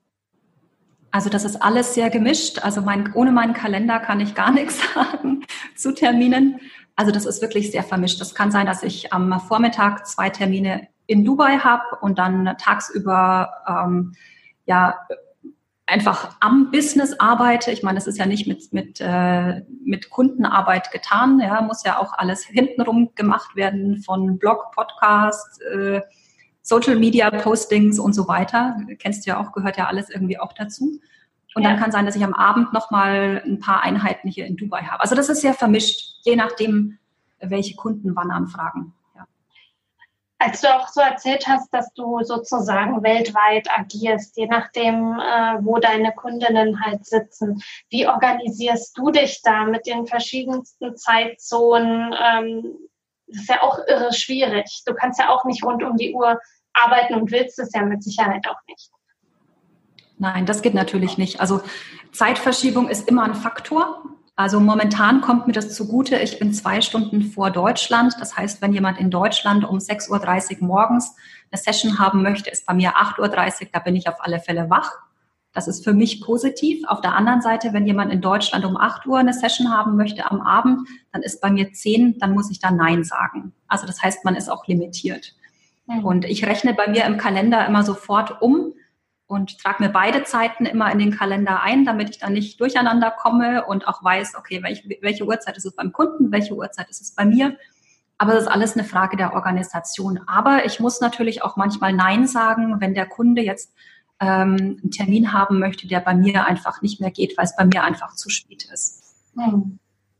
Also das ist alles sehr gemischt. Also mein, ohne meinen Kalender kann ich gar nichts sagen zu Terminen. Also das ist wirklich sehr vermischt. Das kann sein, dass ich am Vormittag zwei Termine in Dubai habe und dann tagsüber ähm, ja einfach am Business arbeite. Ich meine, das ist ja nicht mit mit äh, mit Kundenarbeit getan. Ja, muss ja auch alles hintenrum gemacht werden von Blog, Podcast, äh, Social Media Postings und so weiter. Kennst du ja auch, gehört ja alles irgendwie auch dazu. Und ja. Dann kann sein, dass ich am Abend nochmal ein paar Einheiten hier in Dubai habe. Also das ist sehr vermischt, je nachdem, welche Kunden wann anfragen. Ja. Als du auch so erzählt hast, dass du sozusagen weltweit agierst, je nachdem, äh, wo deine Kundinnen halt sitzen, wie organisierst du dich da mit den verschiedensten Zeitzonen? Ähm, das ist ja auch irre schwierig. Du kannst ja auch nicht rund um die Uhr arbeiten und willst es ja mit Sicherheit auch nicht. Nein, das geht natürlich nicht. Also Zeitverschiebung ist immer ein Faktor. Also momentan kommt mir das zugute, ich bin zwei Stunden vor Deutschland. Das heißt, wenn jemand in Deutschland um sechs Uhr dreißig morgens eine Session haben möchte, ist bei mir acht Uhr dreißig, da bin ich auf alle Fälle wach. Das ist für mich positiv. Auf der anderen Seite, wenn jemand in Deutschland um acht Uhr eine Session haben möchte am Abend, dann ist bei mir zehn, dann muss ich da Nein sagen. Also das heißt, man ist auch limitiert. Mhm. Und ich rechne bei mir im Kalender immer sofort um und trage mir beide Zeiten immer in den Kalender ein, damit ich dann nicht durcheinander komme und auch weiß, okay, welche, welche Uhrzeit ist es beim Kunden, welche Uhrzeit ist es bei mir. Aber das ist alles eine Frage der Organisation. Aber ich muss natürlich auch manchmal Nein sagen, wenn der Kunde jetzt ähm, einen Termin haben möchte, der bei mir einfach nicht mehr geht, weil es bei mir einfach zu spät ist. Hm.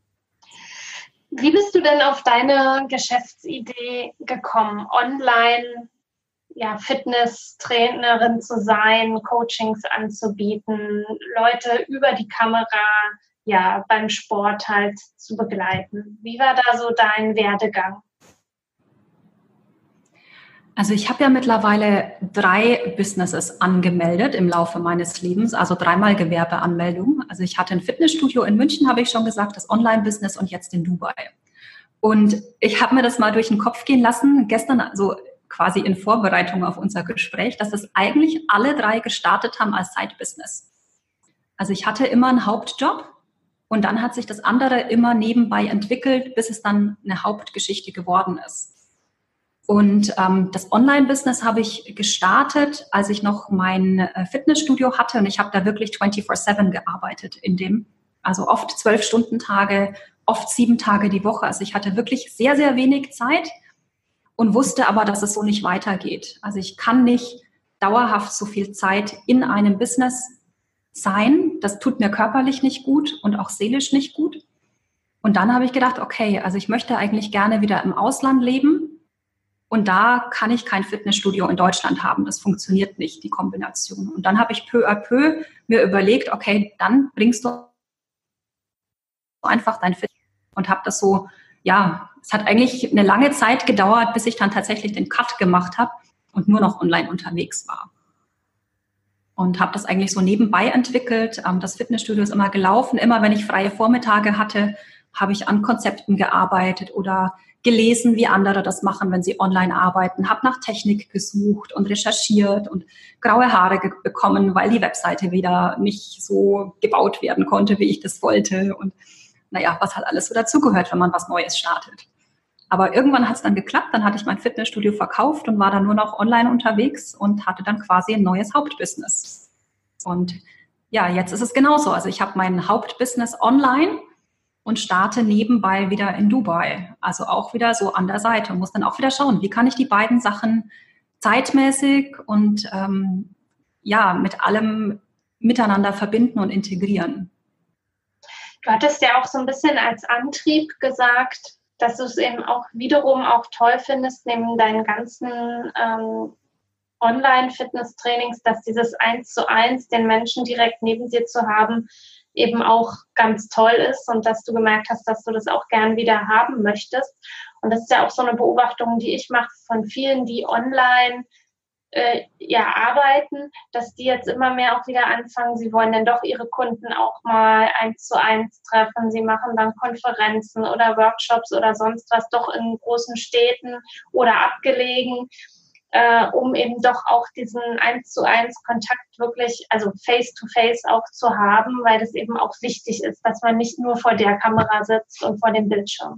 Wie bist du denn auf deine Geschäftsidee gekommen, online ja, Fitnesstrainerin zu sein, Coachings anzubieten, Leute über die Kamera ja beim Sport halt zu begleiten? Wie war da so dein Werdegang? Also ich habe ja mittlerweile drei Businesses angemeldet im Laufe meines Lebens, also dreimal Gewerbeanmeldung. Also ich hatte ein Fitnessstudio in München, habe ich schon gesagt, das Online-Business und jetzt in Dubai. Und ich habe mir das mal durch den Kopf gehen lassen, gestern also quasi in Vorbereitung auf unser Gespräch, dass das eigentlich alle drei gestartet haben als Side-Business. Also ich hatte immer einen Hauptjob und dann hat sich das andere immer nebenbei entwickelt, bis es dann eine Hauptgeschichte geworden ist. Und ähm, das Online-Business habe ich gestartet, als ich noch mein äh, Fitnessstudio hatte und ich habe da wirklich vierundzwanzig sieben gearbeitet in dem, also oft zwölf Stunden Tage, oft sieben Tage die Woche. Also ich hatte wirklich sehr, sehr wenig Zeit und wusste aber, dass es so nicht weitergeht. Also ich kann nicht dauerhaft so viel Zeit in einem Business sein. Das tut mir körperlich nicht gut und auch seelisch nicht gut. Und dann habe ich gedacht, okay, also ich möchte eigentlich gerne wieder im Ausland leben. Und da kann ich kein Fitnessstudio in Deutschland haben. Das funktioniert nicht, die Kombination. Und dann habe ich peu à peu mir überlegt, okay, dann bringst du einfach dein Fitness und habe das so, ja, es hat eigentlich eine lange Zeit gedauert, bis ich dann tatsächlich den Cut gemacht habe und nur noch online unterwegs war. Und habe das eigentlich so nebenbei entwickelt. Das Fitnessstudio ist immer gelaufen. Immer wenn ich freie Vormittage hatte, habe ich an Konzepten gearbeitet oder gelesen, wie andere das machen, wenn sie online arbeiten, habe nach Technik gesucht und recherchiert und graue Haare ge- bekommen, weil die Webseite wieder nicht so gebaut werden konnte, wie ich das wollte. Und naja, was halt alles so dazugehört, wenn man was Neues startet. Aber irgendwann hat es dann geklappt, dann hatte ich mein Fitnessstudio verkauft und war dann nur noch online unterwegs und hatte dann quasi ein neues Hauptbusiness. Und ja, jetzt ist es genauso. Also ich habe mein Hauptbusiness online und starte nebenbei wieder in Dubai. Also auch wieder so an der Seite und muss dann auch wieder schauen, wie kann ich die beiden Sachen zeitmäßig und ähm, ja, mit allem miteinander verbinden und integrieren. Du hattest ja auch so ein bisschen als Antrieb gesagt, dass du es eben auch wiederum auch toll findest, neben deinen ganzen ähm, Online-Fitness-Trainings, dass dieses Eins zu Eins, den Menschen direkt neben dir zu haben, eben auch ganz toll ist und dass du gemerkt hast, dass du das auch gern wieder haben möchtest. Und das ist ja auch so eine Beobachtung, die ich mache von vielen, die online äh, ja arbeiten, dass die jetzt immer mehr auch wieder anfangen, sie wollen dann doch ihre Kunden auch mal eins zu eins treffen. Sie machen dann Konferenzen oder Workshops oder sonst was doch in großen Städten oder abgelegen, Äh, um eben doch auch diesen eins zu eins Kontakt wirklich, also face-to-face auch zu haben, weil das eben auch wichtig ist, dass man nicht nur vor der Kamera sitzt und vor dem Bildschirm.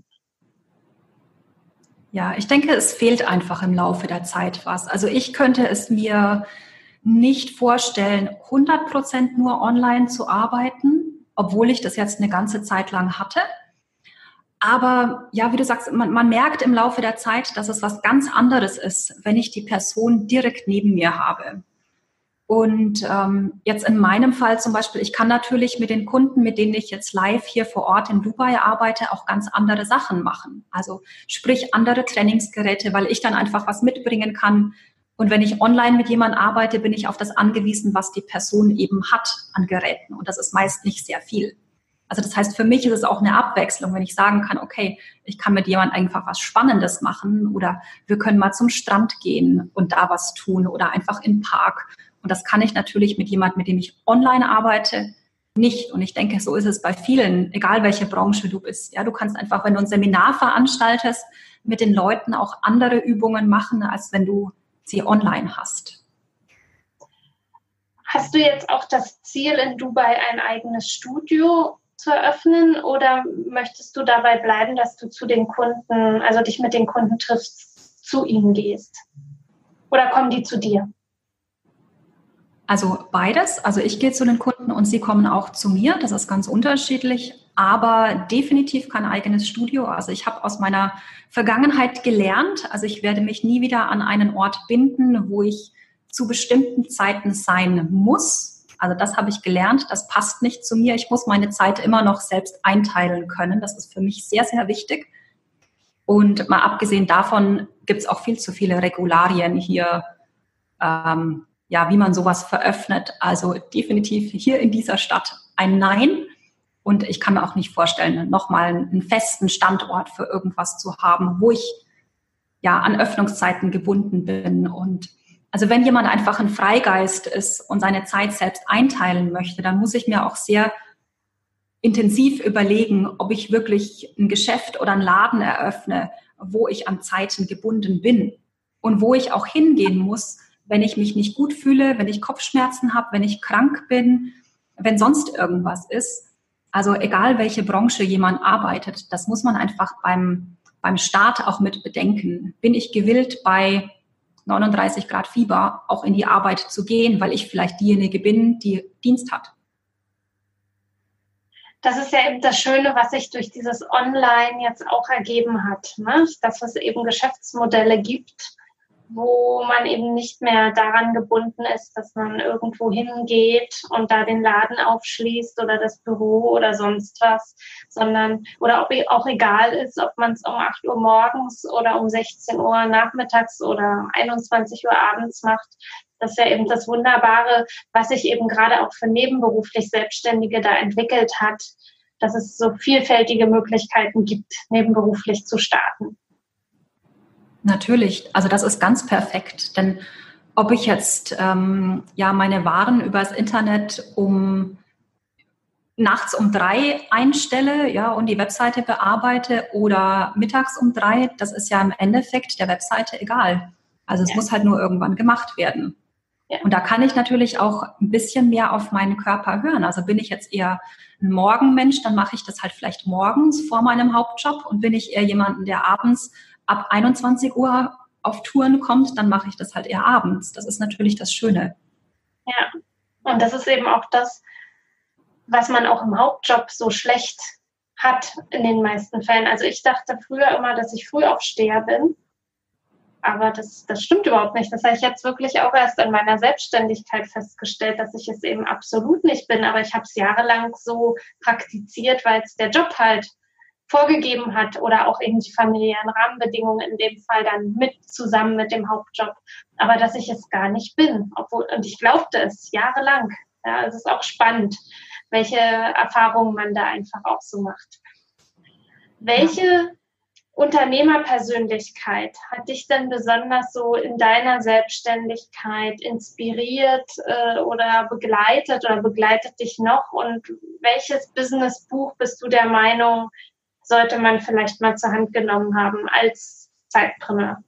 Ja, ich denke, es fehlt einfach im Laufe der Zeit was. Also ich könnte es mir nicht vorstellen, hundert Prozent nur online zu arbeiten, obwohl ich das jetzt eine ganze Zeit lang hatte. Aber ja, wie du sagst, man, man merkt im Laufe der Zeit, dass es was ganz anderes ist, wenn ich die Person direkt neben mir habe. Und ähm, jetzt in meinem Fall zum Beispiel, ich kann natürlich mit den Kunden, mit denen ich jetzt live hier vor Ort in Dubai arbeite, auch ganz andere Sachen machen. Also sprich andere Trainingsgeräte, weil ich dann einfach was mitbringen kann. Und wenn ich online mit jemandem arbeite, bin ich auf das angewiesen, was die Person eben hat an Geräten. Und das ist meist nicht sehr viel. Also das heißt, für mich ist es auch eine Abwechslung, wenn ich sagen kann, okay, ich kann mit jemandem einfach was Spannendes machen oder wir können mal zum Strand gehen und da was tun oder einfach in den Park. Und das kann ich natürlich mit jemandem, mit dem ich online arbeite, nicht. Und ich denke, so ist es bei vielen, egal welche Branche du bist. Ja, du kannst einfach, wenn du ein Seminar veranstaltest, mit den Leuten auch andere Übungen machen, als wenn du sie online hast. Hast du jetzt auch das Ziel, in Dubai ein eigenes Studio zu eröffnen oder möchtest du dabei bleiben, dass du zu den Kunden, also dich mit den Kunden triffst, zu ihnen gehst? Oder kommen die zu dir? Also beides. Also ich gehe zu den Kunden und sie kommen auch zu mir. Das ist ganz unterschiedlich, aber definitiv kein eigenes Studio. Also ich habe aus meiner Vergangenheit gelernt. Also ich werde mich nie wieder an einen Ort binden, wo ich zu bestimmten Zeiten sein muss. Also das habe ich gelernt, das passt nicht zu mir. Ich muss meine Zeit immer noch selbst einteilen können. Das ist für mich sehr, sehr wichtig. Und mal abgesehen davon gibt es auch viel zu viele Regularien hier, ähm, ja, wie man sowas veröffnet. Also definitiv hier in dieser Stadt ein Nein. Und ich kann mir auch nicht vorstellen, nochmal einen festen Standort für irgendwas zu haben, wo ich ja, an Öffnungszeiten gebunden bin. Und also wenn jemand einfach ein Freigeist ist und seine Zeit selbst einteilen möchte, dann muss ich mir auch sehr intensiv überlegen, ob ich wirklich ein Geschäft oder einen Laden eröffne, wo ich an Zeiten gebunden bin und wo ich auch hingehen muss, wenn ich mich nicht gut fühle, wenn ich Kopfschmerzen habe, wenn ich krank bin, wenn sonst irgendwas ist. Also egal, welche Branche jemand arbeitet, das muss man einfach beim, beim Start auch mit bedenken. Bin ich gewillt, bei neununddreißig Grad Fieber auch in die Arbeit zu gehen, weil ich vielleicht diejenige bin, die Dienst hat? Das ist ja eben das Schöne, was sich durch dieses Online jetzt auch ergeben hat, ne? Dass es eben Geschäftsmodelle gibt, wo man eben nicht mehr daran gebunden ist, dass man irgendwo hingeht und da den Laden aufschließt oder das Büro oder sonst was, sondern, oder ob auch egal ist, ob man es um acht Uhr morgens oder um sechzehn Uhr nachmittags oder einundzwanzig Uhr abends macht. Das ist ja eben das Wunderbare, was sich eben gerade auch für nebenberuflich Selbstständige da entwickelt hat, dass es so vielfältige Möglichkeiten gibt, nebenberuflich zu starten. Natürlich, also das ist ganz perfekt, denn ob ich jetzt ähm, ja meine Waren übers Internet um nachts um drei einstelle, ja, und die Webseite bearbeite oder mittags um drei, das ist ja im Endeffekt der Webseite egal. Also es ja. muss halt nur irgendwann gemacht werden. Ja. Und da kann ich natürlich auch ein bisschen mehr auf meinen Körper hören. Also bin ich jetzt eher ein Morgenmensch, dann mache ich das halt vielleicht morgens vor meinem Hauptjob, und bin ich eher jemanden, der abends ab einundzwanzig Uhr auf Touren kommt, dann mache ich das halt eher abends. Das ist natürlich das Schöne. Ja, und das ist eben auch das, was man auch im Hauptjob so schlecht hat in den meisten Fällen. Also ich dachte früher immer, dass ich Frühaufsteher bin, aber das, das stimmt überhaupt nicht. Das habe ich jetzt wirklich auch erst in meiner Selbstständigkeit festgestellt, dass ich es eben absolut nicht bin. Aber ich habe es jahrelang so praktiziert, weil es der Job halt vorgegeben hat oder auch eben die familiären Rahmenbedingungen in dem Fall dann mit zusammen mit dem Hauptjob. Aber dass ich es gar nicht bin, obwohl, und ich glaubte es jahrelang. Ja, es ist auch spannend, welche Erfahrungen man da einfach auch so macht. Welche Unternehmerpersönlichkeit hat dich denn besonders so in deiner Selbstständigkeit inspiriert äh, oder begleitet oder begleitet dich noch? Und welches Businessbuch bist du der Meinung, sollte man vielleicht mal zur Hand genommen haben als Zeitpreneur?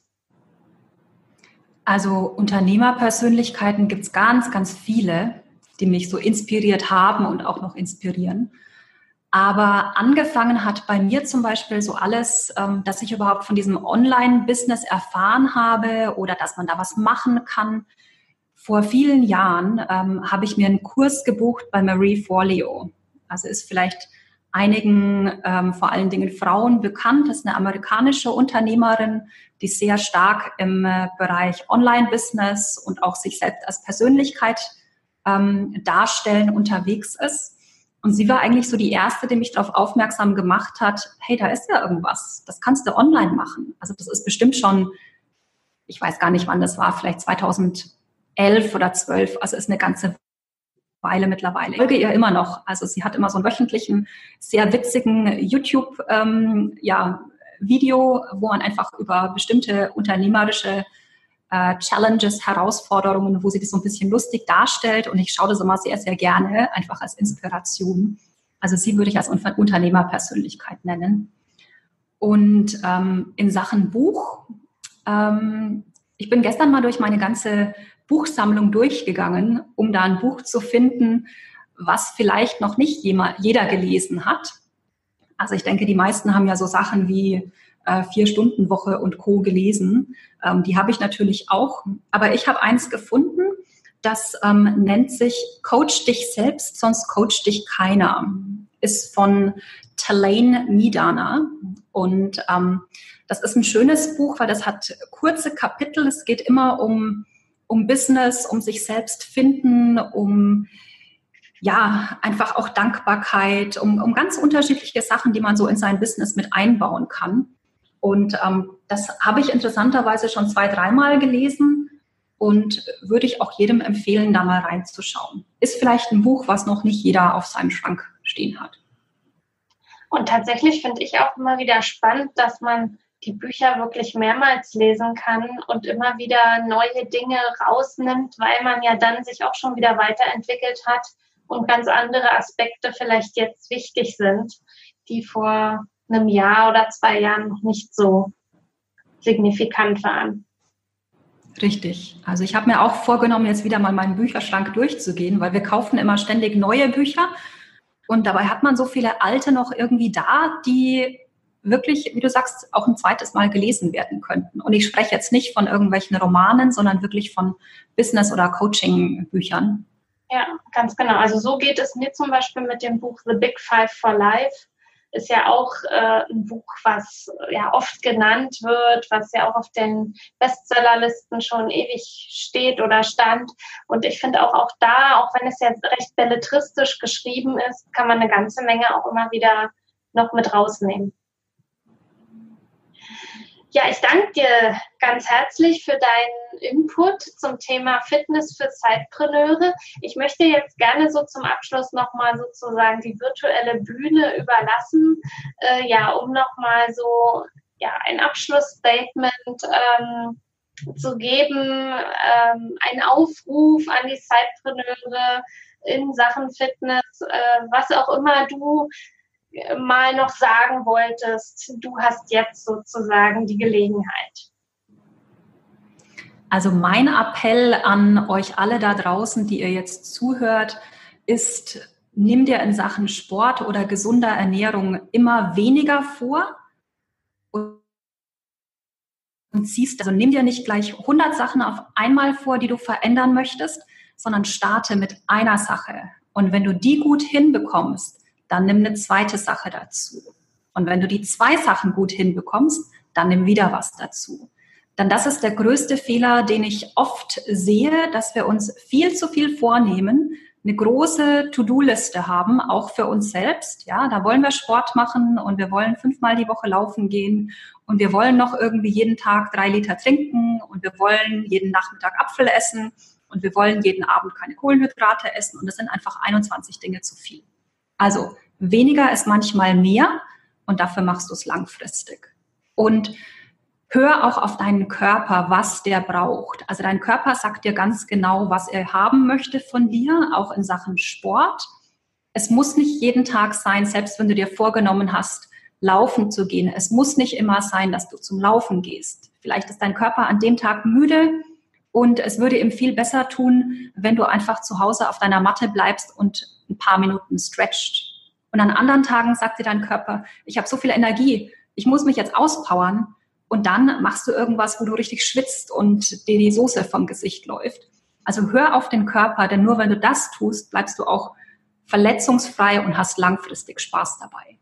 Also Unternehmerpersönlichkeiten gibt es ganz, ganz viele, die mich so inspiriert haben und auch noch inspirieren. Aber angefangen hat bei mir zum Beispiel so alles, dass ich überhaupt von diesem Online-Business erfahren habe oder dass man da was machen kann. Vor vielen Jahren ähm, habe ich mir einen Kurs gebucht bei Marie Forleo. Also ist vielleicht einigen, ähm, vor allen Dingen Frauen bekannt. Das ist eine amerikanische Unternehmerin, die sehr stark im äh, Bereich Online-Business und auch sich selbst als Persönlichkeit ähm, darstellen unterwegs ist. Und sie war eigentlich so die Erste, die mich darauf aufmerksam gemacht hat, hey, da ist ja irgendwas, das kannst du online machen. Also das ist bestimmt schon, ich weiß gar nicht, wann das war, vielleicht zweitausendelf oder zwölf, also ist eine ganze Weile mittlerweile. Ich folge ihr immer noch. Also sie hat immer so einen wöchentlichen, sehr witzigen YouTube, ähm, ja, Video, wo man einfach über bestimmte unternehmerische äh, Challenges, Herausforderungen, wo sie das so ein bisschen lustig darstellt. Und ich schaue das immer sehr, sehr gerne, einfach als Inspiration. Also sie würde ich als Unternehmerpersönlichkeit nennen. Und ähm, in Sachen Buch, ähm, ich bin gestern mal durch meine ganze Buchsammlung durchgegangen, um da ein Buch zu finden, was vielleicht noch nicht jeder gelesen hat. Also ich denke, die meisten haben ja so Sachen wie äh, Vier-Stunden-Woche und Co. gelesen. Ähm, die habe ich natürlich auch. Aber ich habe eins gefunden, das ähm, nennt sich Coach dich selbst, sonst coacht dich keiner. Ist von Talaine Midana. Und ähm, das ist ein schönes Buch, weil das hat kurze Kapitel. Es geht immer um um Business, um sich selbst finden, um ja einfach auch Dankbarkeit, um, um ganz unterschiedliche Sachen, die man so in sein Business mit einbauen kann. Und ähm, das habe ich interessanterweise schon zwei, dreimal gelesen und würde ich auch jedem empfehlen, da mal reinzuschauen. Ist vielleicht ein Buch, was noch nicht jeder auf seinem Schrank stehen hat. Und tatsächlich finde ich auch immer wieder spannend, dass man die Bücher wirklich mehrmals lesen kann und immer wieder neue Dinge rausnimmt, weil man ja dann sich auch schon wieder weiterentwickelt hat und ganz andere Aspekte vielleicht jetzt wichtig sind, die vor einem Jahr oder zwei Jahren noch nicht so signifikant waren. Richtig. Also ich habe mir auch vorgenommen, jetzt wieder mal meinen Bücherschrank durchzugehen, weil wir kaufen immer ständig neue Bücher und dabei hat man so viele alte noch irgendwie da, die wirklich, wie du sagst, auch ein zweites Mal gelesen werden könnten. Und ich spreche jetzt nicht von irgendwelchen Romanen, sondern wirklich von Business- oder Coaching-Büchern. Ja, ganz genau. Also so geht es mir zum Beispiel mit dem Buch The Big Five for Life. Ist ja auch äh, ein Buch, was ja oft genannt wird, was ja auch auf den Bestsellerlisten schon ewig steht oder stand. Und ich finde auch, auch da, auch wenn es jetzt recht belletristisch geschrieben ist, kann man eine ganze Menge auch immer wieder noch mit rausnehmen. Ja, ich danke dir ganz herzlich für deinen Input zum Thema Fitness für Zeitpreneure. Ich möchte jetzt gerne so zum Abschluss nochmal sozusagen die virtuelle Bühne überlassen, äh, ja, um nochmal so ja, ein Abschlussstatement ähm, zu geben, ähm, einen Aufruf an die Zeitpreneure in Sachen Fitness, äh, was auch immer du mal noch sagen wolltest, du hast jetzt sozusagen die Gelegenheit. Also mein Appell an euch alle da draußen, die ihr jetzt zuhört, ist, nimm dir in Sachen Sport oder gesunder Ernährung immer weniger vor und ziehst, also nimm dir nicht gleich hundert Sachen auf einmal vor, die du verändern möchtest, sondern starte mit einer Sache. Und wenn du die gut hinbekommst, dann nimm eine zweite Sache dazu. Und wenn du die zwei Sachen gut hinbekommst, dann nimm wieder was dazu. Denn das ist der größte Fehler, den ich oft sehe, dass wir uns viel zu viel vornehmen, eine große To-Do-Liste haben, auch für uns selbst. Ja, da wollen wir Sport machen und wir wollen fünfmal die Woche laufen gehen und wir wollen noch irgendwie jeden Tag drei Liter trinken und wir wollen jeden Nachmittag Apfel essen und wir wollen jeden Abend keine Kohlenhydrate essen und das sind einfach einundzwanzig Dinge zu viel. Also weniger ist manchmal mehr und dafür machst du es langfristig. Und hör auch auf deinen Körper, was der braucht. Also dein Körper sagt dir ganz genau, was er haben möchte von dir, auch in Sachen Sport. Es muss nicht jeden Tag sein, selbst wenn du dir vorgenommen hast, laufen zu gehen. Es muss nicht immer sein, dass du zum Laufen gehst. Vielleicht ist dein Körper an dem Tag müde und es würde ihm viel besser tun, wenn du einfach zu Hause auf deiner Matte bleibst und ein paar Minuten stretcht. Und an anderen Tagen sagt dir dein Körper, ich habe so viel Energie, ich muss mich jetzt auspowern. Und dann machst du irgendwas, wo du richtig schwitzt und dir die Soße vom Gesicht läuft. Also hör auf den Körper, denn nur wenn du das tust, bleibst du auch verletzungsfrei und hast langfristig Spaß dabei.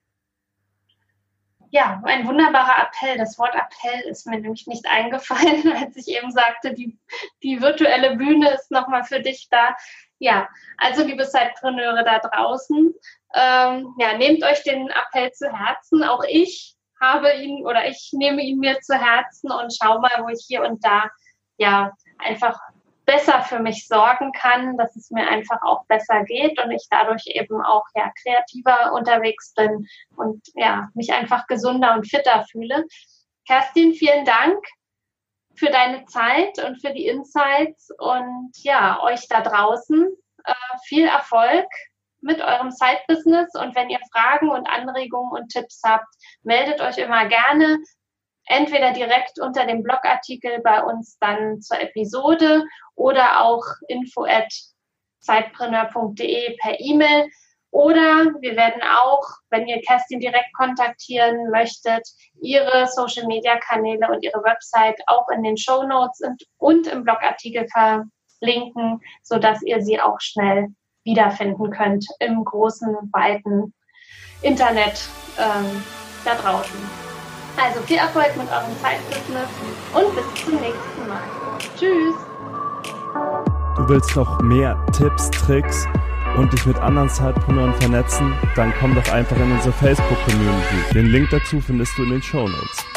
Ja, ein wunderbarer Appell. Das Wort Appell ist mir nämlich nicht eingefallen, als ich eben sagte, die, die virtuelle Bühne ist nochmal für dich da. Ja, also liebe Zeitpreneure da draußen, ähm, ja, nehmt euch den Appell zu Herzen. Auch ich habe ihn oder ich nehme ihn mir zu Herzen und schau mal, wo ich hier und da ja einfach besser für mich sorgen kann, dass es mir einfach auch besser geht und ich dadurch eben auch ja kreativer unterwegs bin und ja mich einfach gesunder und fitter fühle. Kerstin, vielen Dank für deine Zeit und für die Insights und ja, euch da draußen äh, viel Erfolg mit eurem Side-Business und wenn ihr Fragen und Anregungen und Tipps habt, meldet euch immer gerne, entweder direkt unter dem Blogartikel bei uns dann zur Episode oder auch info at zeitpreneur punkt de per E-Mail oder wir werden auch, wenn ihr Kerstin direkt kontaktieren möchtet, ihre Social-Media-Kanäle und ihre Website auch in den Shownotes und, und im Blogartikel verlinken, sodass ihr sie auch schnell wiederfinden könnt im großen, weiten Internet ähm, da draußen. Also viel Erfolg mit eurem Zeitbusiness und bis zum nächsten Mal. Tschüss! Du willst noch mehr Tipps, Tricks und dich mit anderen Zeitpreneuren vernetzen? Dann komm doch einfach in unsere Facebook-Community. Den Link dazu findest du in den Shownotes.